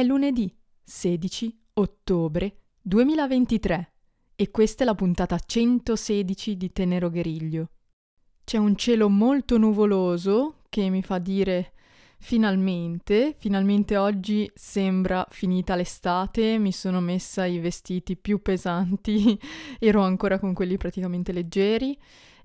lunedì 16 ottobre 2023 e questa è la puntata 116 di Tenero Gueriglio. C'è un cielo molto nuvoloso che mi fa dire finalmente oggi sembra finita l'estate, mi sono messa i vestiti più pesanti, ero ancora con quelli praticamente leggeri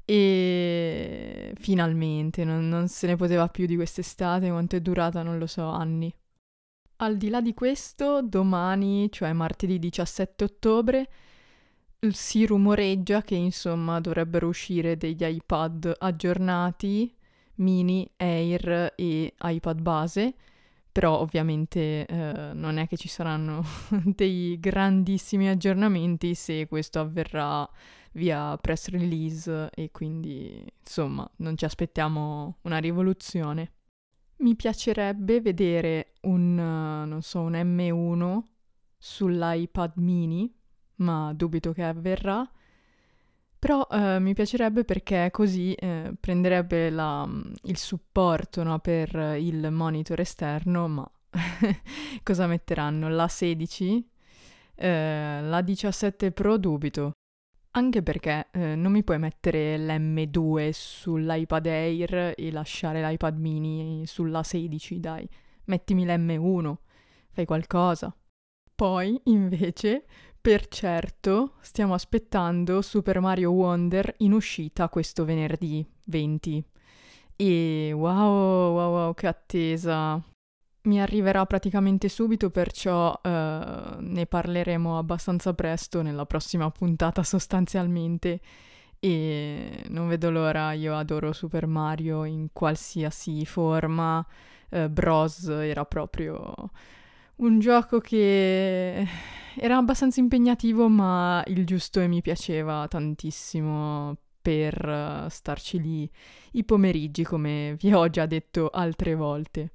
e finalmente non se ne poteva più di quest'estate, quanto è durata non lo so, anni. Al di là di questo, domani, cioè martedì 17 ottobre, si rumoreggia che insomma dovrebbero uscire degli iPad aggiornati, mini, Air e iPad base, però ovviamente non è che ci saranno dei grandissimi aggiornamenti se questo avverrà via press release e quindi insomma non ci aspettiamo una rivoluzione. Mi piacerebbe vedere un M1 sull'iPad mini, ma dubito che avverrà. Però mi piacerebbe perché così prenderebbe il supporto, no, per il monitor esterno, ma cosa metteranno? La 16? La 17 Pro dubito. Anche perché non mi puoi mettere l'M2 sull'iPad Air e lasciare l'iPad mini sulla 16, dai. Mettimi l'M1, fai qualcosa. Poi, invece, per certo, stiamo aspettando Super Mario Wonder in uscita questo venerdì 20. E wow, che attesa! Mi arriverà praticamente subito, perciò ne parleremo abbastanza presto nella prossima puntata sostanzialmente e non vedo l'ora, io adoro Super Mario in qualsiasi forma, Bros era proprio un gioco che era abbastanza impegnativo ma il giusto e mi piaceva tantissimo per starci lì i pomeriggi, come vi ho già detto altre volte.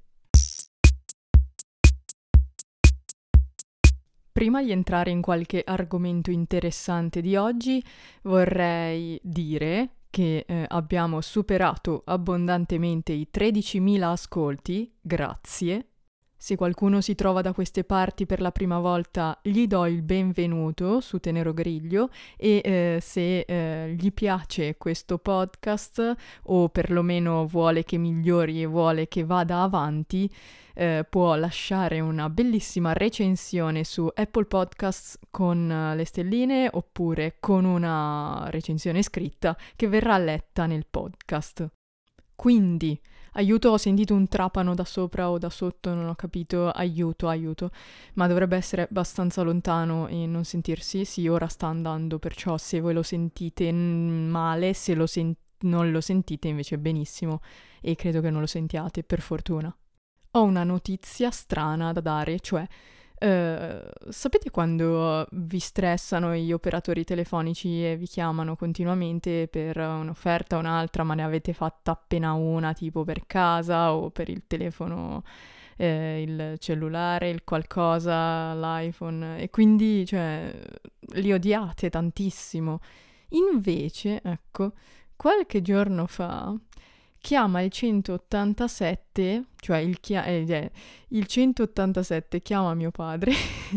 Prima di entrare in qualche argomento interessante di oggi, vorrei dire che abbiamo superato abbondantemente i 13.000 ascolti, grazie. Se qualcuno si trova da queste parti per la prima volta, gli do il benvenuto su Tenero Gueriglio e se gli piace questo podcast o perlomeno vuole che migliori e vuole che vada avanti, può lasciare una bellissima recensione su Apple Podcasts con le stelline oppure con una recensione scritta che verrà letta nel podcast. Quindi, aiuto, ho sentito un trapano da sopra o da sotto, non ho capito, aiuto, ma dovrebbe essere abbastanza lontano e non sentirsi, sì, ora sta andando, perciò se voi lo sentite male, se non lo sentite invece benissimo e credo che non lo sentiate, per fortuna. Ho una notizia strana da dare, cioè, sapete quando vi stressano gli operatori telefonici e vi chiamano continuamente per un'offerta o un'altra, ma ne avete fatta appena una, tipo per casa o per il telefono, il cellulare, il qualcosa, l'iPhone, e quindi, cioè, li odiate tantissimo. Invece, ecco, qualche giorno fa chiama il 187, cioè il 187 chiama mio padre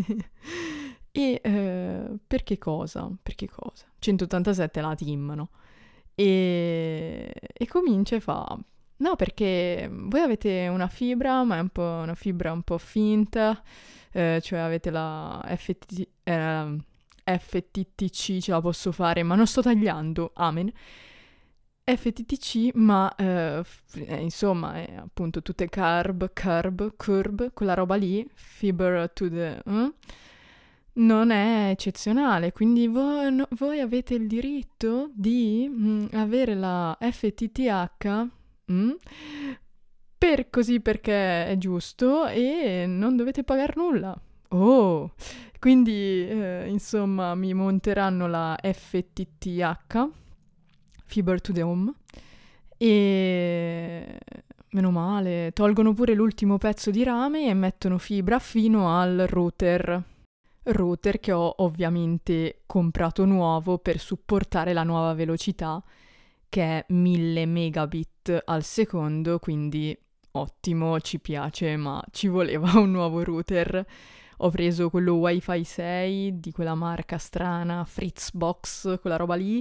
e perché cosa? 187 la team, no? E comincia e fa: no, perché voi avete una fibra, ma è un po' una fibra un po' finta, cioè avete la FTTC, ce la posso fare, ma non sto tagliando, amen. FTTC, ma insomma è appunto tutte curb, quella roba lì, fiber to the... non è eccezionale, quindi voi avete il diritto di avere la FTTH perché è giusto e non dovete pagare nulla. Oh, quindi insomma mi monteranno la FTTH, Fiber to the Home, e meno male, tolgono pure l'ultimo pezzo di rame e mettono fibra fino al router che ho ovviamente comprato nuovo per supportare la nuova velocità che è 1000 megabit al secondo, quindi ottimo, ci piace, ma ci voleva un nuovo router. Ho preso quello Wi-Fi 6 di quella marca strana, Fritzbox, quella roba lì,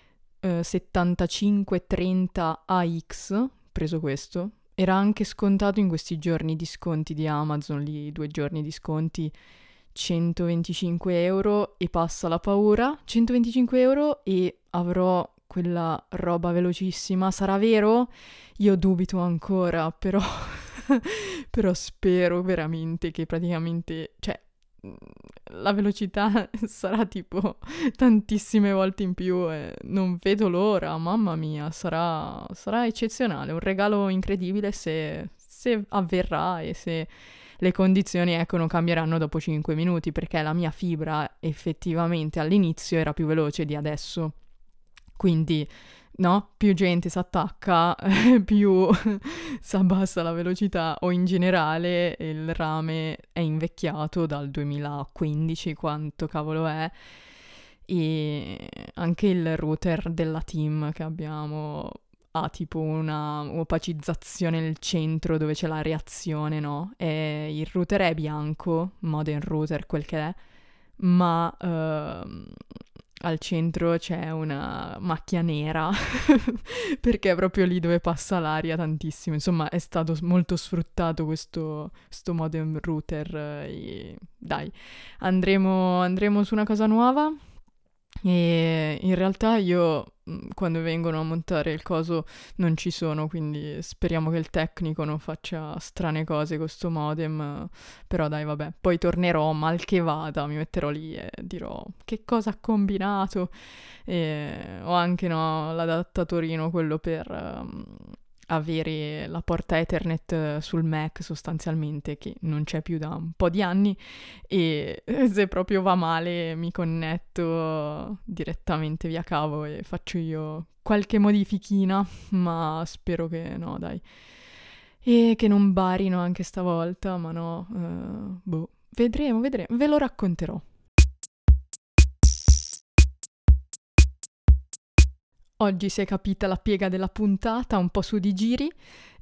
7530 AX, ho preso questo. Era anche scontato in questi giorni di sconti di Amazon, lì 2 giorni di sconti, 125 euro e passa la paura, 125 euro e avrò quella roba velocissima. Sarà vero? Io dubito ancora, però, però spero veramente che praticamente, cioè, la velocità sarà tipo tantissime volte in più e non vedo l'ora, mamma mia, sarà eccezionale, un regalo incredibile se avverrà e se le condizioni, ecco, non cambieranno dopo 5 minuti, perché la mia fibra effettivamente all'inizio era più veloce di adesso. Quindi, no, più gente si attacca, più si abbassa la velocità, o in generale il rame è invecchiato dal 2015, quanto cavolo è, e anche il router della team che abbiamo ha tipo una opacizzazione nel centro dove c'è la reazione, no? E il router è bianco, modem router, quel che è, ma al centro c'è una macchia nera perché è proprio lì dove passa l'aria tantissimo. Insomma, è stato molto sfruttato questo modem router. Dai, andremo su una cosa nuova. E in realtà io quando vengono a montare il coso non ci sono, quindi speriamo che il tecnico non faccia strane cose con sto modem, però dai vabbè, poi tornerò mal che vada, mi metterò lì e dirò che cosa ha combinato, e ho anche no, l'adattatorino, quello per avere la porta Ethernet sul Mac sostanzialmente, che non c'è più da un po' di anni, e se proprio va male mi connetto direttamente via cavo e faccio io qualche modifichina, ma spero che no, dai. E che non barino anche stavolta, ma no, boh, vedremo, ve lo racconterò. Oggi si è capita la piega della puntata, un po' su di giri,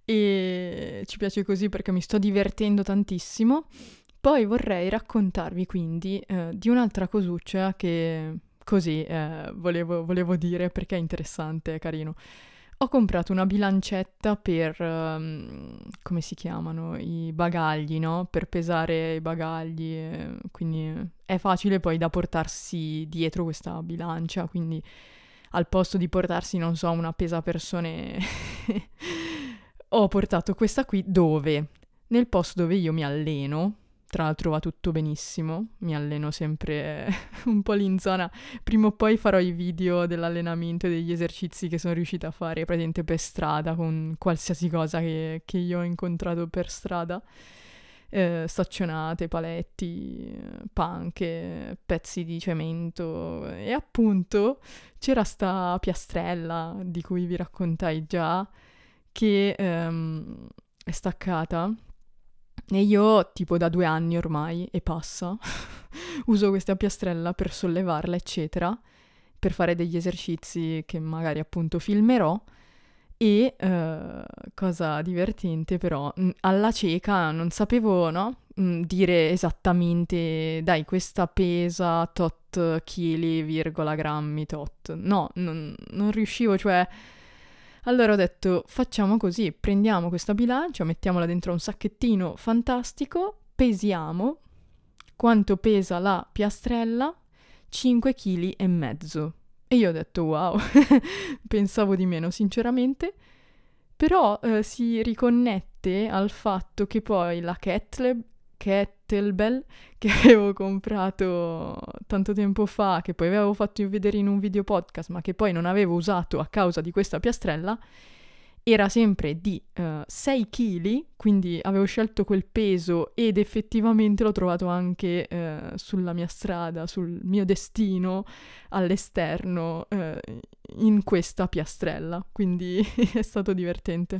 e ci piace così perché mi sto divertendo tantissimo. Poi vorrei raccontarvi quindi di un'altra cosuccia che così volevo dire perché è interessante, è carino. Ho comprato una bilancetta per, come si chiamano, i bagagli, no? Per pesare i bagagli, quindi è facile poi da portarsi dietro questa bilancia, quindi al posto di portarsi, non so, una pesapersone, ho portato questa qui dove? Nel posto dove io mi alleno. Tra l'altro va tutto benissimo, mi alleno sempre un po' lì in zona. Prima o poi farò i video dell'allenamento e degli esercizi che sono riuscita a fare praticamente per strada con qualsiasi cosa che io ho incontrato per strada. Staccionate, paletti, panche, pezzi di cemento, e appunto c'era sta piastrella di cui vi raccontai già che è staccata. E io, tipo da 2 anni ormai, e passa, uso questa piastrella per sollevarla, eccetera, per fare degli esercizi che magari appunto filmerò. E, cosa divertente però, alla cieca non sapevo, no, dire esattamente, dai, questa pesa tot chili, virgola grammi, tot. No, non riuscivo, cioè. Allora ho detto, facciamo così, prendiamo questa bilancia, mettiamola dentro un sacchettino fantastico, pesiamo. Quanto pesa la piastrella? 5 kg e mezzo. E io ho detto, wow, pensavo di meno sinceramente, però si riconnette al fatto che poi la kettlebell che avevo comprato tanto tempo fa, che poi avevo fatto vedere in un video podcast, ma che poi non avevo usato a causa di questa piastrella, era sempre di 6 kg, quindi avevo scelto quel peso ed effettivamente l'ho trovato anche sulla mia strada, sul mio destino all'esterno, in questa piastrella, quindi è stato divertente.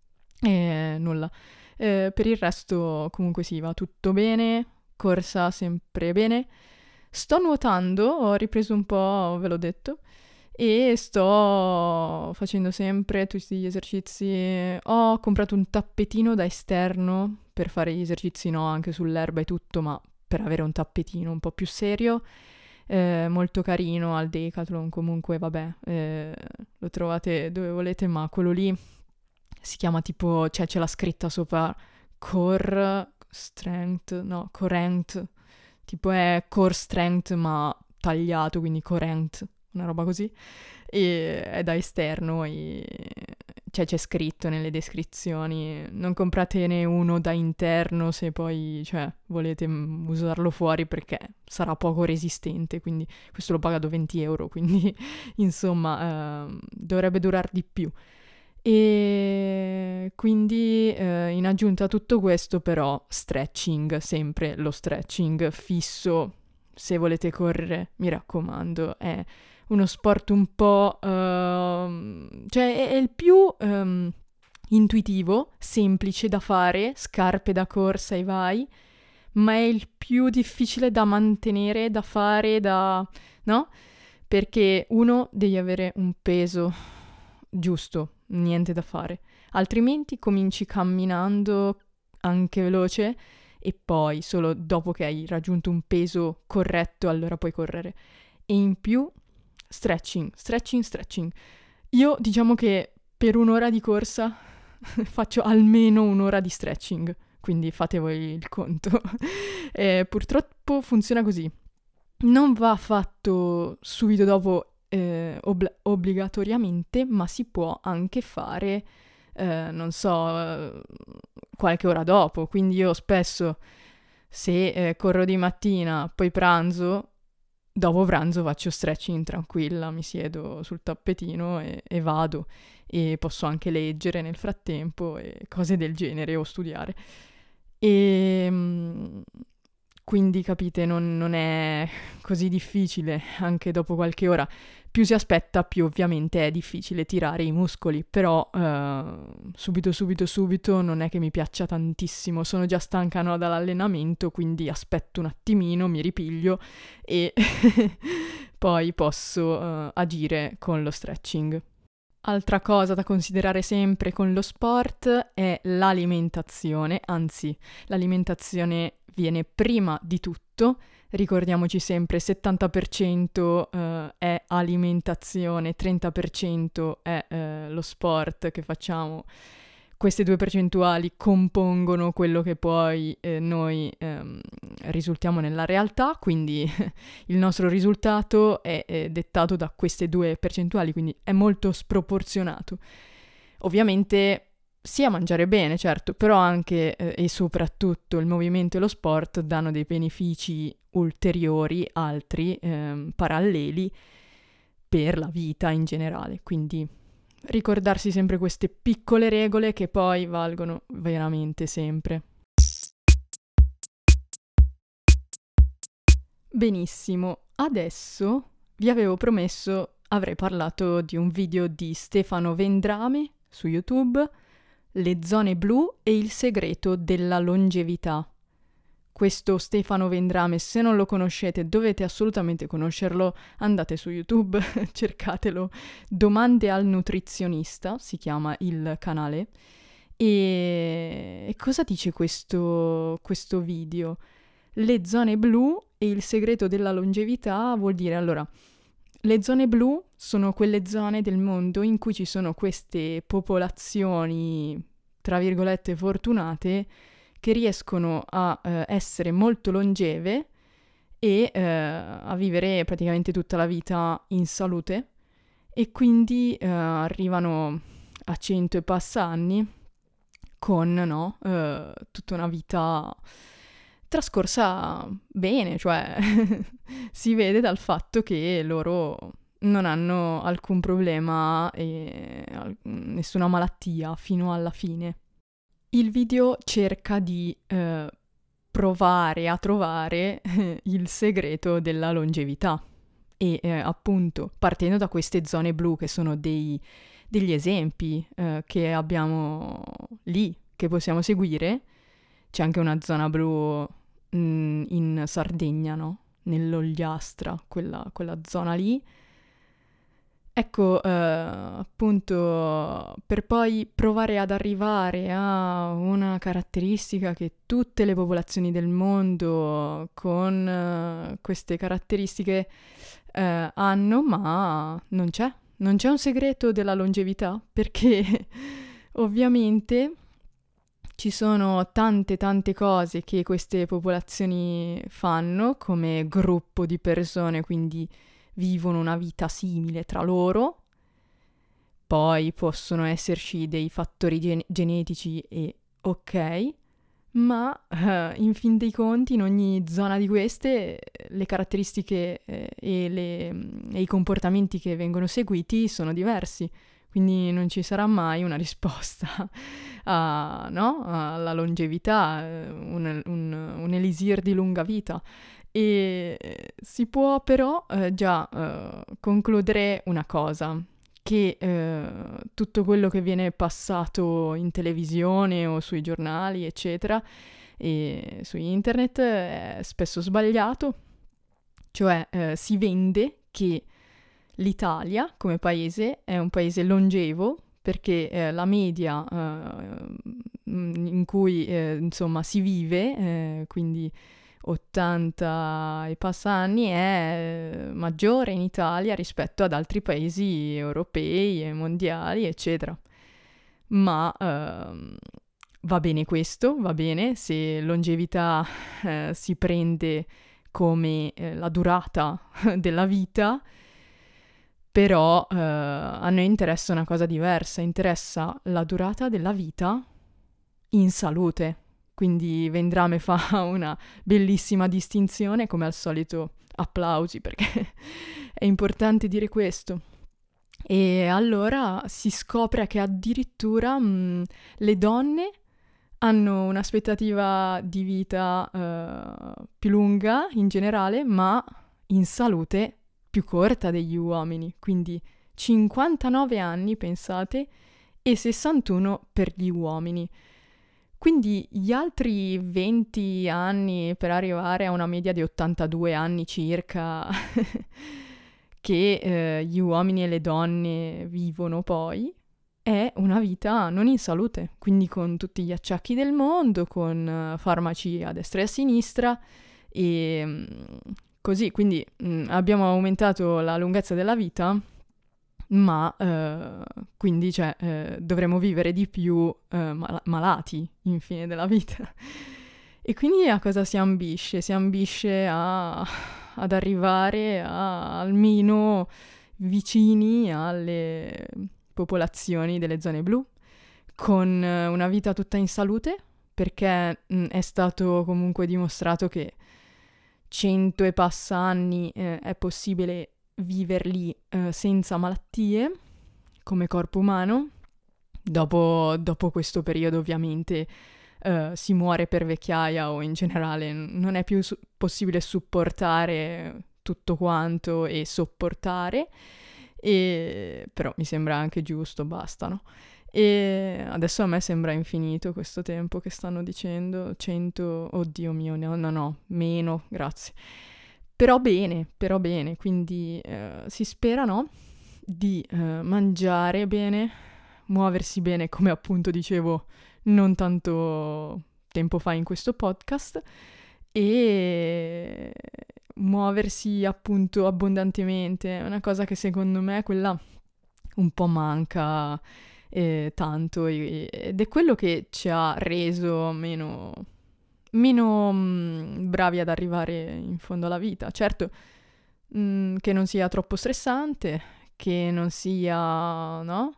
E nulla. Per il resto comunque sì, va tutto bene, corsa sempre bene. Sto nuotando, ho ripreso un po', ve l'ho detto, e sto facendo sempre tutti gli esercizi. Ho comprato un tappetino da esterno per fare gli esercizi, no, anche sull'erba e tutto, ma per avere un tappetino un po' più serio, molto carino al Decathlon, comunque vabbè, lo trovate dove volete, ma quello lì si chiama tipo, cioè c'è la scritta sopra Core Strength, no, Corrent, tipo è Core Strength ma tagliato, quindi Corrent, una roba così, e è da esterno e cioè c'è scritto nelle descrizioni, non compratene uno da interno se poi, cioè, volete usarlo fuori perché sarà poco resistente, quindi questo l'ho pagato 20 euro, quindi insomma dovrebbe durare di più. E quindi in aggiunta a tutto questo però stretching, sempre lo stretching fisso, se volete correre, mi raccomando, è uno sport un po', cioè è il più intuitivo, semplice da fare, scarpe da corsa e vai, ma è il più difficile da mantenere, da fare, no? Perché uno devi avere un peso giusto, niente da fare, altrimenti cominci camminando anche veloce e poi solo dopo che hai raggiunto un peso corretto allora puoi correre. E in più stretching, stretching, stretching. Io diciamo che per un'ora di corsa faccio almeno un'ora di stretching, quindi fate voi il conto. Purtroppo funziona così. Non va fatto subito dopo obbligatoriamente, ma si può anche fare, non so, qualche ora dopo. Quindi io spesso, se corro di mattina, poi pranzo, dopo pranzo faccio stretching tranquilla, mi siedo sul tappetino e vado. E posso anche leggere nel frattempo e cose del genere o studiare. E quindi capite, non è così difficile anche dopo qualche ora. Più si aspetta, più ovviamente è difficile tirare i muscoli, però subito non è che mi piaccia tantissimo. Sono già stanca, no, dall'allenamento, quindi aspetto un attimino, mi ripiglio e poi posso agire con lo stretching. Altra cosa da considerare sempre con lo sport è l'alimentazione, anzi l'alimentazione viene prima di tutto, ricordiamoci sempre 70% è alimentazione, 30% è lo sport che facciamo. Queste due percentuali compongono quello che poi noi risultiamo nella realtà, quindi il nostro risultato è dettato da queste due percentuali, quindi è molto sproporzionato. Ovviamente sia mangiare bene, certo, però anche e soprattutto il movimento e lo sport danno dei benefici ulteriori, altri, paralleli per la vita in generale, quindi ricordarsi sempre queste piccole regole che poi valgono veramente sempre. Benissimo, adesso vi avevo promesso avrei parlato di un video di Stefano Vendrame su YouTube, Le zone blu e il segreto della longevità. Questo Stefano Vendrame, se non lo conoscete, dovete assolutamente conoscerlo, andate su YouTube, cercatelo, Domande al nutrizionista, si chiama il canale. E cosa dice questo video? Le zone blu e il segreto della longevità vuol dire, allora, le zone blu sono quelle zone del mondo in cui ci sono queste popolazioni, tra virgolette, fortunate, che riescono a essere molto longeve e a vivere praticamente tutta la vita in salute e quindi arrivano a 100 e passa anni con no, tutta una vita trascorsa bene, cioè si vede dal fatto che loro non hanno alcun problema e nessuna malattia fino alla fine. Il video cerca di provare a trovare il segreto della longevità e appunto partendo da queste zone blu che sono degli esempi che abbiamo lì, che possiamo seguire. C'è anche una zona blu in Sardegna, no? Nell'Ogliastra, quella zona lì. Ecco, appunto, per poi provare ad arrivare a una caratteristica che tutte le popolazioni del mondo con queste caratteristiche hanno, ma non c'è. Non c'è un segreto della longevità, perché ovviamente ci sono tante cose che queste popolazioni fanno come gruppo di persone, quindi vivono una vita simile tra loro. Poi possono esserci dei fattori genetici e ok, ma in fin dei conti in ogni zona di queste le caratteristiche e i comportamenti che vengono seguiti sono diversi. Quindi non ci sarà mai una risposta no? Alla longevità, un elisir di lunga vita. E si può però già concludere una cosa, che tutto quello che viene passato in televisione o sui giornali, eccetera, e su internet è spesso sbagliato, cioè si vende che l'Italia come paese è un paese longevo perché la media in cui insomma si vive, quindi 80 e passa anni, è maggiore in Italia rispetto ad altri paesi europei e mondiali, eccetera. Ma va bene questo, va bene, se longevità si prende come la durata della vita, però a noi interessa una cosa diversa, interessa la durata della vita in salute. Quindi Vendrame fa una bellissima distinzione, come al solito applausi perché è importante dire questo. E allora si scopre che addirittura le donne hanno un'aspettativa di vita più lunga in generale, ma in salute più corta degli uomini, quindi 59 anni, pensate, e 61 per gli uomini. Quindi gli altri 20 anni per arrivare a una media di 82 anni circa che gli uomini e le donne vivono poi, è una vita non in salute, quindi con tutti gli acciacchi del mondo, con farmaci a destra e a sinistra e così, quindi abbiamo aumentato la lunghezza della vita, ma quindi dovremo vivere di più malati in fine della vita. E quindi a cosa si ambisce? Si ambisce ad arrivare almeno vicini alle popolazioni delle zone blu, con una vita tutta in salute, perché è stato comunque dimostrato che 100 e passa anni è possibile viverli senza malattie come corpo umano. Dopo questo periodo ovviamente si muore per vecchiaia o in generale non è più possibile supportare tutto quanto e sopportare, però mi sembra anche giusto, bastano. E adesso a me sembra infinito questo tempo che stanno dicendo, 100, oddio mio, no, meno, grazie. Però bene, quindi si spera, no, di mangiare bene, muoversi bene, come appunto dicevo non tanto tempo fa in questo podcast, e muoversi appunto abbondantemente. È una cosa che secondo me quella un po' manca tanto ed è quello che ci ha reso meno bravi ad arrivare in fondo alla vita. Certo, che non sia troppo stressante, che non sia, no?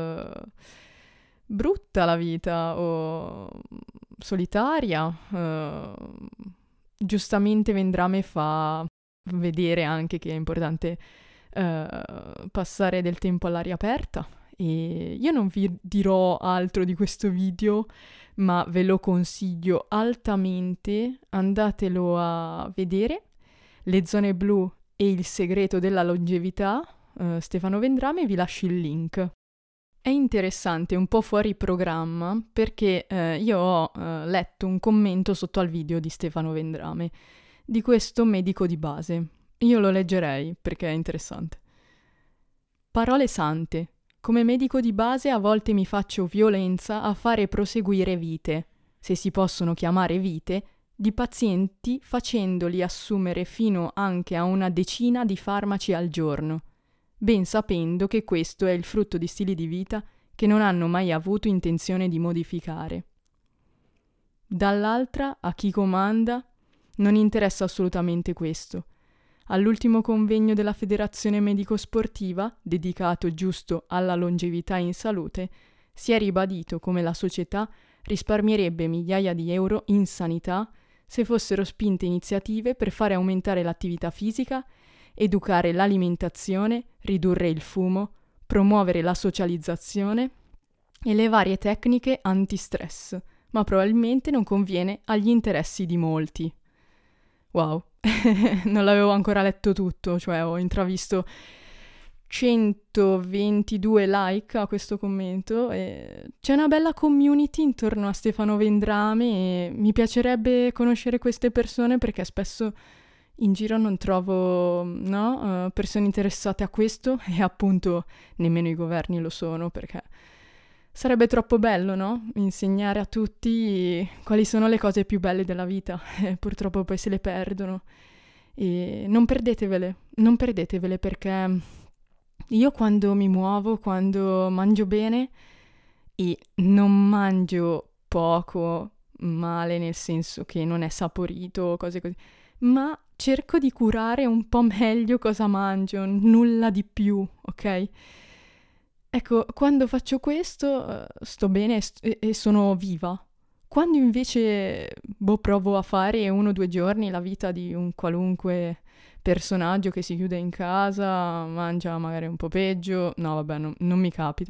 Brutta la vita o solitaria. Giustamente Vendrame fa vedere anche che è importante passare del tempo all'aria aperta. E io non vi dirò altro di questo video, ma ve lo consiglio altamente, andatelo a vedere. Le zone blu e il segreto della longevità, Stefano Vendrame, vi lascio il link. È interessante, un po' fuori programma, perché io ho letto un commento sotto al video di Stefano Vendrame, di questo medico di base. Io lo leggerei perché è interessante. parole sante. Come medico di base a volte mi faccio violenza a fare proseguire vite, se si possono chiamare vite, di pazienti facendoli assumere fino anche a una decina di farmaci al giorno, ben sapendo che questo è il frutto di stili di vita che non hanno mai avuto intenzione di modificare. Dall'altra, a chi comanda, non interessa assolutamente questo. All'ultimo convegno della Federazione Medico-Sportiva, dedicato giusto alla longevità in salute, si è ribadito come la società risparmierebbe migliaia di euro in sanità se fossero spinte iniziative per fare aumentare l'attività fisica, educare l'alimentazione, ridurre il fumo, promuovere la socializzazione e le varie tecniche antistress, ma probabilmente non conviene agli interessi di molti. Wow, non l'avevo ancora letto tutto, cioè ho intravisto 122 like a questo commento e c'è una bella community intorno a Stefano Vendrame e mi piacerebbe conoscere queste persone perché spesso in giro non trovo persone interessate a questo e appunto nemmeno i governi lo sono perché sarebbe troppo bello, no? Insegnare a tutti quali sono le cose più belle della vita e purtroppo poi se le perdono. E non perdetevele perché io quando mi muovo, quando mangio bene e non mangio poco, male nel senso che non è saporito, cose così, ma cerco di curare un po' meglio cosa mangio, nulla di più, ok? Ecco, quando faccio questo sto bene e sono viva. Quando invece provo a fare 1 o 2 giorni la vita di un qualunque personaggio che si chiude in casa, mangia magari un po' peggio, no vabbè non mi capita,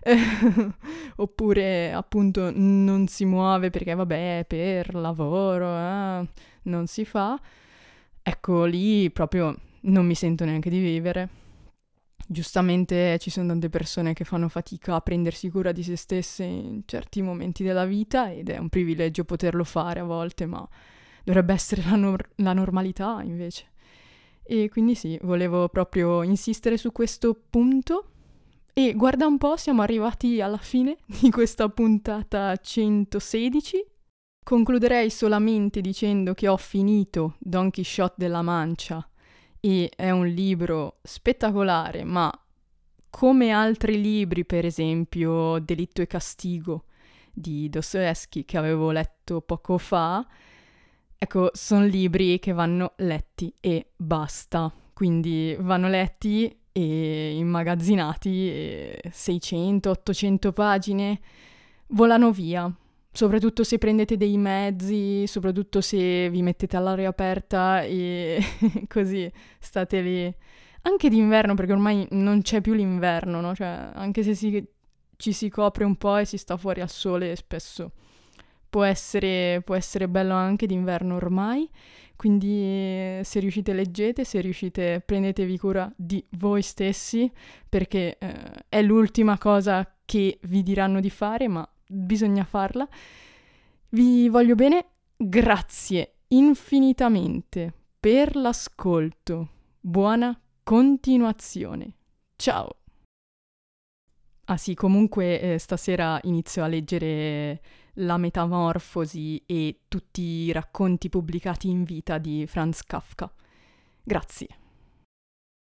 oppure appunto non si muove perché vabbè per lavoro non si fa, ecco lì proprio non mi sento neanche di vivere. Giustamente ci sono tante persone che fanno fatica a prendersi cura di se stesse in certi momenti della vita ed è un privilegio poterlo fare a volte, ma dovrebbe essere la normalità invece. E quindi sì, volevo proprio insistere su questo punto e guarda un po', siamo arrivati alla fine di questa puntata 116. Concluderei solamente dicendo che ho finito Don Chisciotte della Mancia e è un libro spettacolare, ma come altri libri, per esempio Delitto e Castigo di Dostoevsky che avevo letto poco fa, ecco, sono libri che vanno letti e basta. Quindi vanno letti e immagazzinati e 600-800 pagine volano via. Soprattutto se prendete dei mezzi, soprattutto se vi mettete all'aria aperta e così state lì. Anche d'inverno, perché ormai non c'è più l'inverno, no? Cioè, anche se ci si copre un po' e si sta fuori al sole, spesso può essere bello anche d'inverno ormai. Quindi se riuscite leggete, se riuscite prendetevi cura di voi stessi, perché è l'ultima cosa che vi diranno di fare, ma bisogna farla. Vi voglio bene, grazie infinitamente per l'ascolto. Buona continuazione. Ciao! Ah sì, comunque stasera inizio a leggere La Metamorfosi e tutti i racconti pubblicati in vita di Franz Kafka. Grazie.